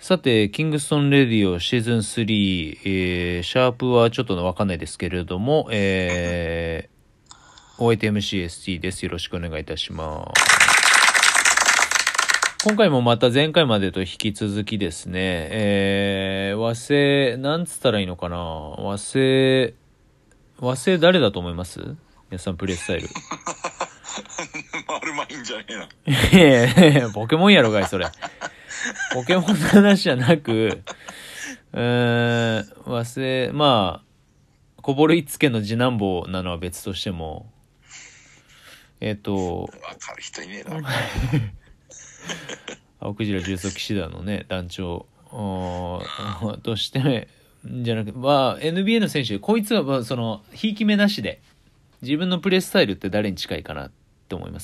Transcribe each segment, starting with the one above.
さて、キングストンレディオシーズン3、シャープはちょっとわかんないですけれども、OITMCST です。よろしくお願いいたします。今回もまた前回までと引き続きですね、和製、なんつったらいいのかな、和製誰だと思います？皆さんプレイスタイル。 丸まいんじゃねえな。ポケモンやろがい、それ。ポケモンの話じゃなく、和製、まあ、こぼれいつけの次男坊なのは別としても、 わかる人いねえな。 青クジラ重足騎士団のね、団長として、じゃなくて、まあ、NBA の選手、こいつは、まあ、その、ひいき目なしで、自分のプレースタイルって誰に近いかなって思います？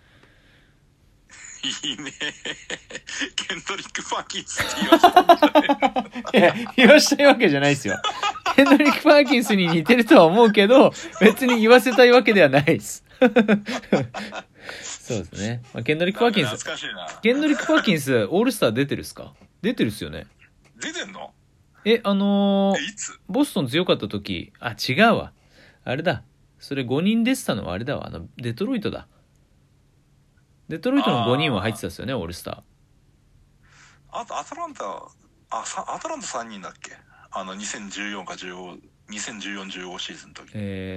いいね。ケンドリック・パーキンスって言わしたんじゃねいや、言わしたいわけじゃないですよ。ケンドリック・パーキンスに似てるとは思うけど、別に言わせたいわけではないです。そうですね。まあ、ケンドリック・パーキンス。 懐かしいな。 ケンドリック・パーキンス、オールスター出てるっすか？出てるっすよね。 出てんの？ いつ？ ボストン強かった時、あ、違うわ。あれだ。それ5人出てたのはあれだわ。デトロイトだ。デトロイトの5人は入ってたっすよね、オールスター。 あと、アトランタ3人だっけ？2014か15、2014、15シーズンの時。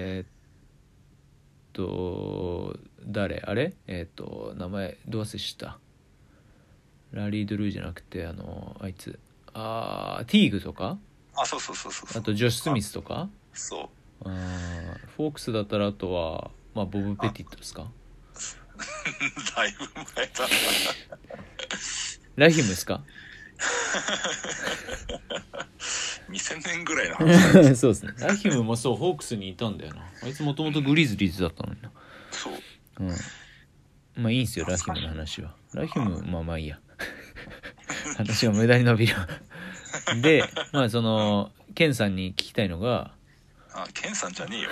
誰あれ名前どう忘れしたラリー・ドゥルーじゃなくてあいつティーグとかそうあとジョシュ・スミスとかそうフォークスだったらあとはまあボブ・ペティットですかだいぶ前だラヒムですか 2000年ぐらいの話そうですね。ラヒムもそうホークスにいたんだよな。あいつもともとグリズリーズだったのにな。 そう、 まあいいんすよラヒムの話は。ラヒムまあいいや話が無駄に伸びるでまあそのケンさんに聞きたいのがケンさんじゃねえよ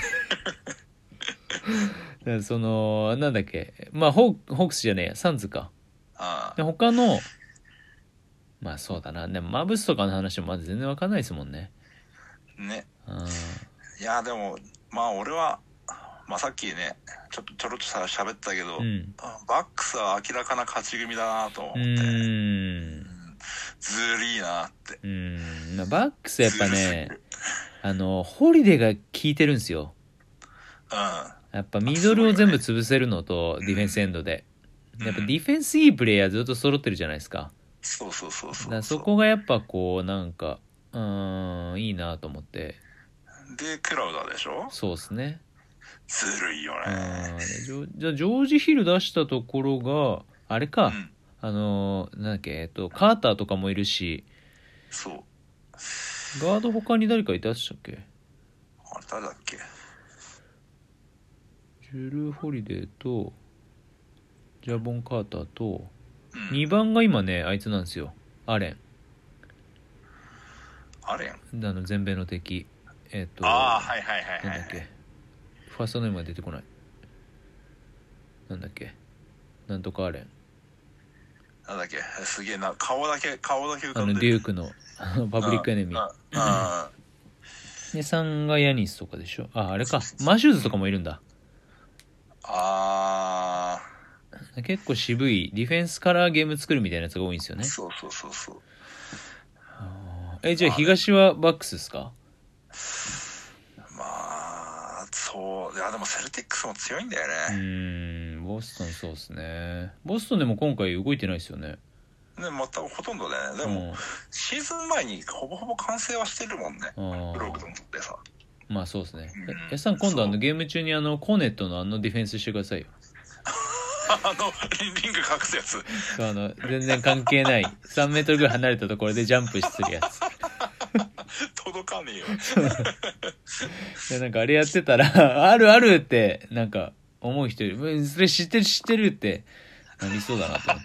だからそのなんだっけまあホークスじゃねえやサンズかで他のまあそうだなでもマブスとかの話もまだ全然わかんないですもんね。 いやでもまあ俺はまあさっきねちょろっとさ喋ったけど、バックスは明らかな勝ち組だなと思ってずるいなってバックスやっぱねホリデーが効いてるんですよ。やっぱミドルを全部潰せるのとディフェンスエンドでやっぱディフェンスいいプレイヤーずっと揃ってるじゃないですか。 そうだからそこがやっぱこうなんかいいなと思って。 でクラウダーでしょ。 そうですね。 ずるいよね。 じゃあジョージ・ヒル出したところがあれか、なんだっけカーターとかもいるし。 そうガード他に誰かいたっしたっけ？ あれ誰だっけ？ ジュル・ホリデーとジャボン・カーターと、2番が今ねあいつなんですよ。アレン全米の敵はいなんだっけファーストネームが出てこない。なんだっけなんとかアレンなんだっけすげえな顔だけ浮かんでるデュークのパブリックエネミーで3がヤニスとかでしょ。あれかマシューズとかもいるんだ。結構渋いディフェンスからゲーム作るみたいなやつが多いんですよね。 そうじゃあ東はバックスですか？ まあそういやでもセルティックスも強いんだよね。 ボストンそうですね。ボストンでも今回動いてないですよね。 全くほとんどね。でも、シーズン前にほぼほぼ完成はしてるもんねブログと思ってさ。 まあそうですね。やさん今度ゲーム中にコーネットのディフェンスしてくださいよリング隠すやつ。 そう全然関係ない3メートルぐらい離れたところでジャンプするやつ届かねえよでなんかあれやってたらあるってなんか思う人いる。それ知ってるってなりそうだなと思って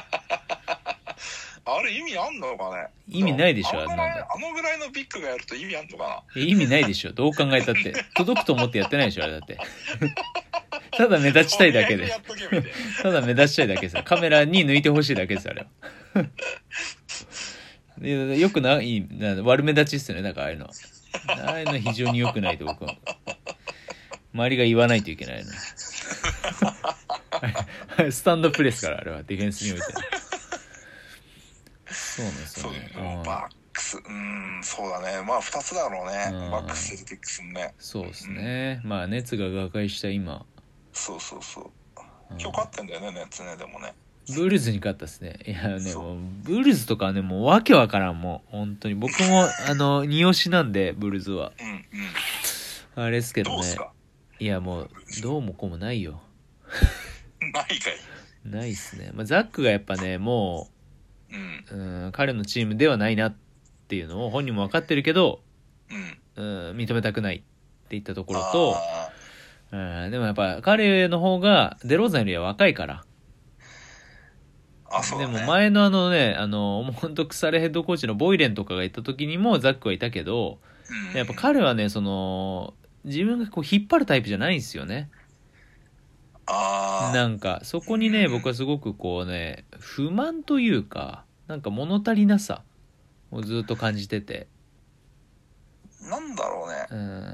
あれ意味あんのかね。 意味ないでしょ。 あのぐらいのビッグがやると意味あんのかな。 意味ないでしょどう考えたって届くと思ってやってないでしょあれだってただ目立ちたいだけでただ目立ちたいだけですよ。カメラに抜いてほしいだけですよあれはよくない悪目立ちっすよね。だからああいうの非常に良くないと僕は周りが言わないといけないのスタンドプレスからあれはディフェンスにおいてそうなんですよね。 バックスそうだね。まあ2つだろうね。バックスセルティックスね。 そうですね、まあ熱が瓦解した今。 そう今日勝ってんだよね、ネッツね。でもねブルーズに勝ったっすね。いやね、もうブルーズとかね、もうわけわからん。もう本当に僕も二押しなんでブルーズはあれですけどね。 どうすか。 いやもうどうもこうもないよ。 ないかい。 ないっすね。まあ、ザックがやっぱねもう、彼のチームではないなっていうのを本人も分かってるけど、認めたくないっていったところと、でもやっぱ彼の方がデローザンよりは若いから。 そうだね、 でも前の本当腐れヘッドコーチのボイレンとかがいた時にもザックはいたけど、やっぱ彼はね自分がこう引っ張るタイプじゃないんですよね。なんかそこにね、僕はすごくこうね不満というかなんか物足りなさをずっと感じてて、 なんだろうね。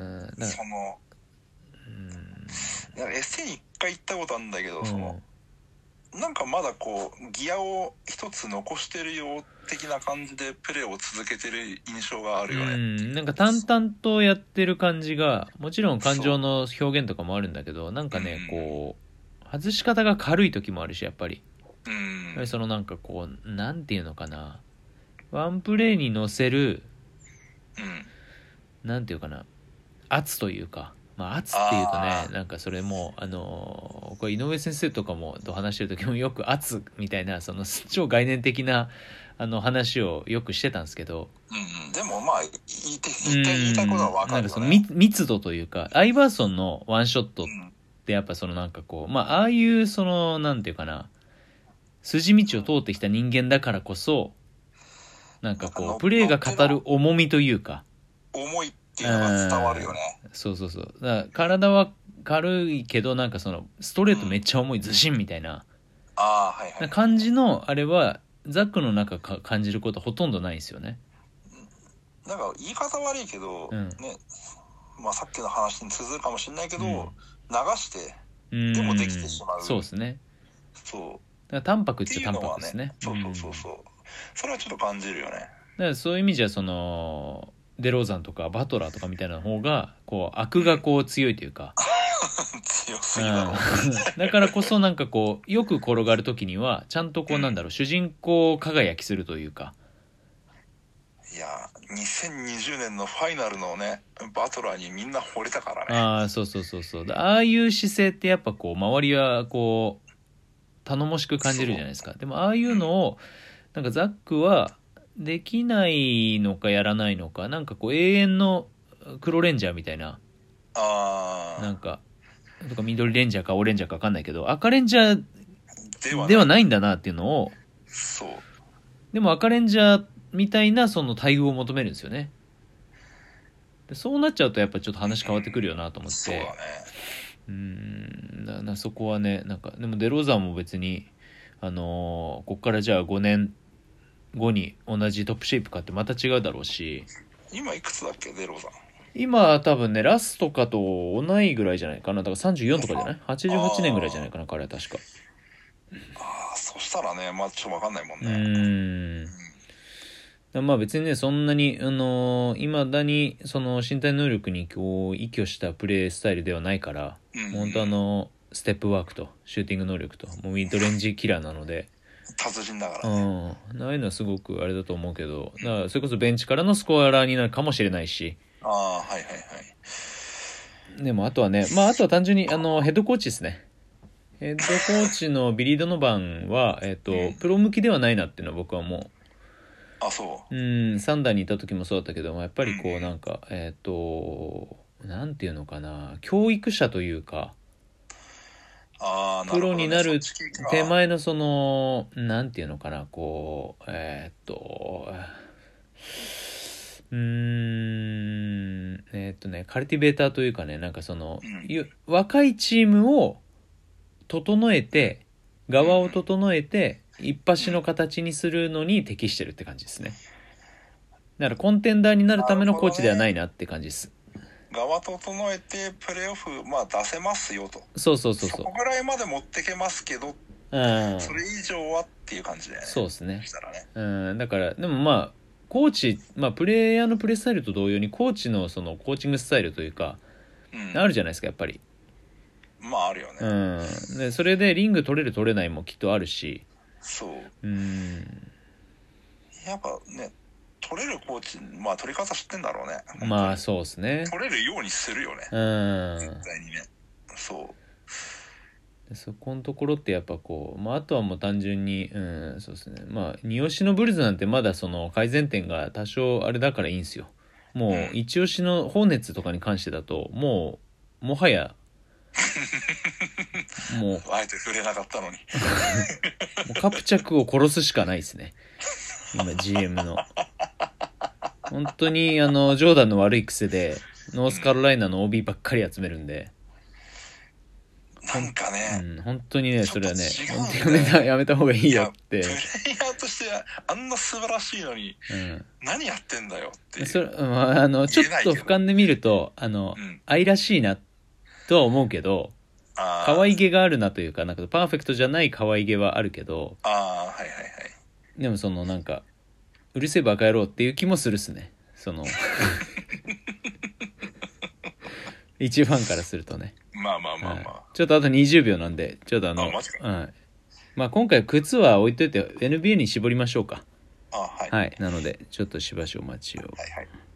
エッセイに一回言ったことあるんだけど、なんかまだこうギアを一つ残してるよ的な感じでプレーを続けてる印象があるよね。 なんか淡々とやってる感じが、もちろん感情の表現とかもあるんだけど、なんかね、こう外し方が軽い時もあるし、やっぱりそのなんかこうなんていうのかな、ワンプレーに乗せる、なんていうかな、圧というか、まあ圧っていうとね、なんかそれもこれ井上先生とかもと話してる時もよく圧みたいなその超概念的な話をよくしてたんですけど、 でもまあ言いたいことは分かるよね。 なんかその密度というか、アイバーソンのワンショットってやっぱそのなんかこう、まあああいうそのなんていうかな、筋道を通ってきた人間だからこそ、なんかこうプレーが語る重みというか、 重いっていうのが伝わるよね。 そうだから体は軽いけどなんかそのストレートめっちゃ重い、ずしんみたいな感じのあれはザックの中感じることはほとんどないんですよね。 なんか言い方悪いけど、ね、まあさっきの話に通ずるかもしれないけど、流してでもできてしまう。 そうですね。 そう。 だから淡白っちゃ淡白ですね。 そう。それはちょっと感じるよね。だからそういう意味じゃそのデローザンとかバトラーとかみたいな方がこう悪がこう強いというか強すぎだろだからこそなんかこうよく転がる時にはちゃんとこうなんだろう、主人公輝きするというか。 いや2020年のファイナルのねバトラーにみんな惚れたからね。 そうああいう姿勢ってやっぱこう周りはこう頼もしく感じるじゃないですか。でもああいうのをなんかザックはできないのかやらないのか、なんかこう永遠の黒レンジャーみたいな、なんかとか緑レンジャーかオレンジャーか分かんないけど赤レンジャーではないんだなっていうのを、でも赤レンジャーみたいなその待遇を求めるんですよね。でそうなっちゃうとやっぱちょっと話変わってくるよなと思って、 そうだね。そこはね、なんかでもデローザーも別にこっからじゃあ5年後に同じトップシェイプかってまた違うだろうし。 今いくつだっけデローザン。 今多分ねラスとかと同いぐらいじゃないかな。だから34とかじゃない、88年ぐらいじゃないかな彼は確か。 そしたらねまあちょっと分かんないもんね。 まあ別にねそんなに未だにその身体能力にこう依拠したプレースタイルではないから、本当ステップワークとシューティング能力ともうミッドレンジキラーなので達人だからね。 ああいうのはすごくあれだと思うけど、だからそれこそベンチからのスコアラーになるかもしれないし。でもあとはね、まああとは単純にヘッドコーチですね。ヘッドコーチのビリー・ドノバンはプロ向きではないなっていうのは僕はもうサンダーにいた時もそうだったけども、やっぱりこうなんかなんていうのかな、教育者というかプロになる手前のそのなんていうのかな、こうカルティベーターというかね、なんかその、若いチームを整えて側を整えて一発の形にするのに適してるって感じですね。 だからコンテンダーになるためのコーチではないなって感じです。 側整えてプレーオフ、まあ、出せますよと。 そうそうそうそそう。 こぐらいまで持ってけますけど、 うん。 それ以上はっていう感じだよね。 そうですね。 したらね。 うん。だからでもまあコーチ、まあプレイヤーのプレースタイルと同様にコーチのそのコーチングスタイルというか、 うん、 あるじゃないですかやっぱり。 まああるよね。 うん。でそれでリング取れる取れないもきっとあるし。 そう。 うん。 やっぱね、取れるコーチ、まあ取り方知ってんだろうね。 まあそうですね。 取れるようにするよね。 うん。 絶対にね。そう。 そこのところってやっぱこう、まあ、あとはもう単純に、そうですね。まあ、二押しのブルズなんてまだその改善点が多少あれだからいいんですよ。もう、一押しのホーネッツとかに関してだと、もはや、もう、 あえて触れなかったのに。 もうカプチャクを殺すしかないですね。今、GM の。本当に、ジョーダンの悪い癖で、ノースカロライナの OB ばっかり集めるんで、 なんかね、 本当にね、それはね、本当ねやめた方がいいよって。 プレイヤーとしてあんな素晴らしいのに、何やってんだよっていう。 それ、ちょっと俯瞰で見ると、愛らしいなとは思うけど、可愛げがあるなというか、なんかパーフェクトじゃない可愛げはあるけど、 はいはいはい。 でもそのなんか、うるせえバカ野郎っていう気もするっすね。その、一ファンからするとね。 まあまあまあまあ、 はい、ちょっとあと20秒なんで、ちょっとマジか。 はい。まあ今回靴は置いといて NBA に絞りましょうか。 はい。 はい。なので、ちょっとしばしお待ちを。 はいはい。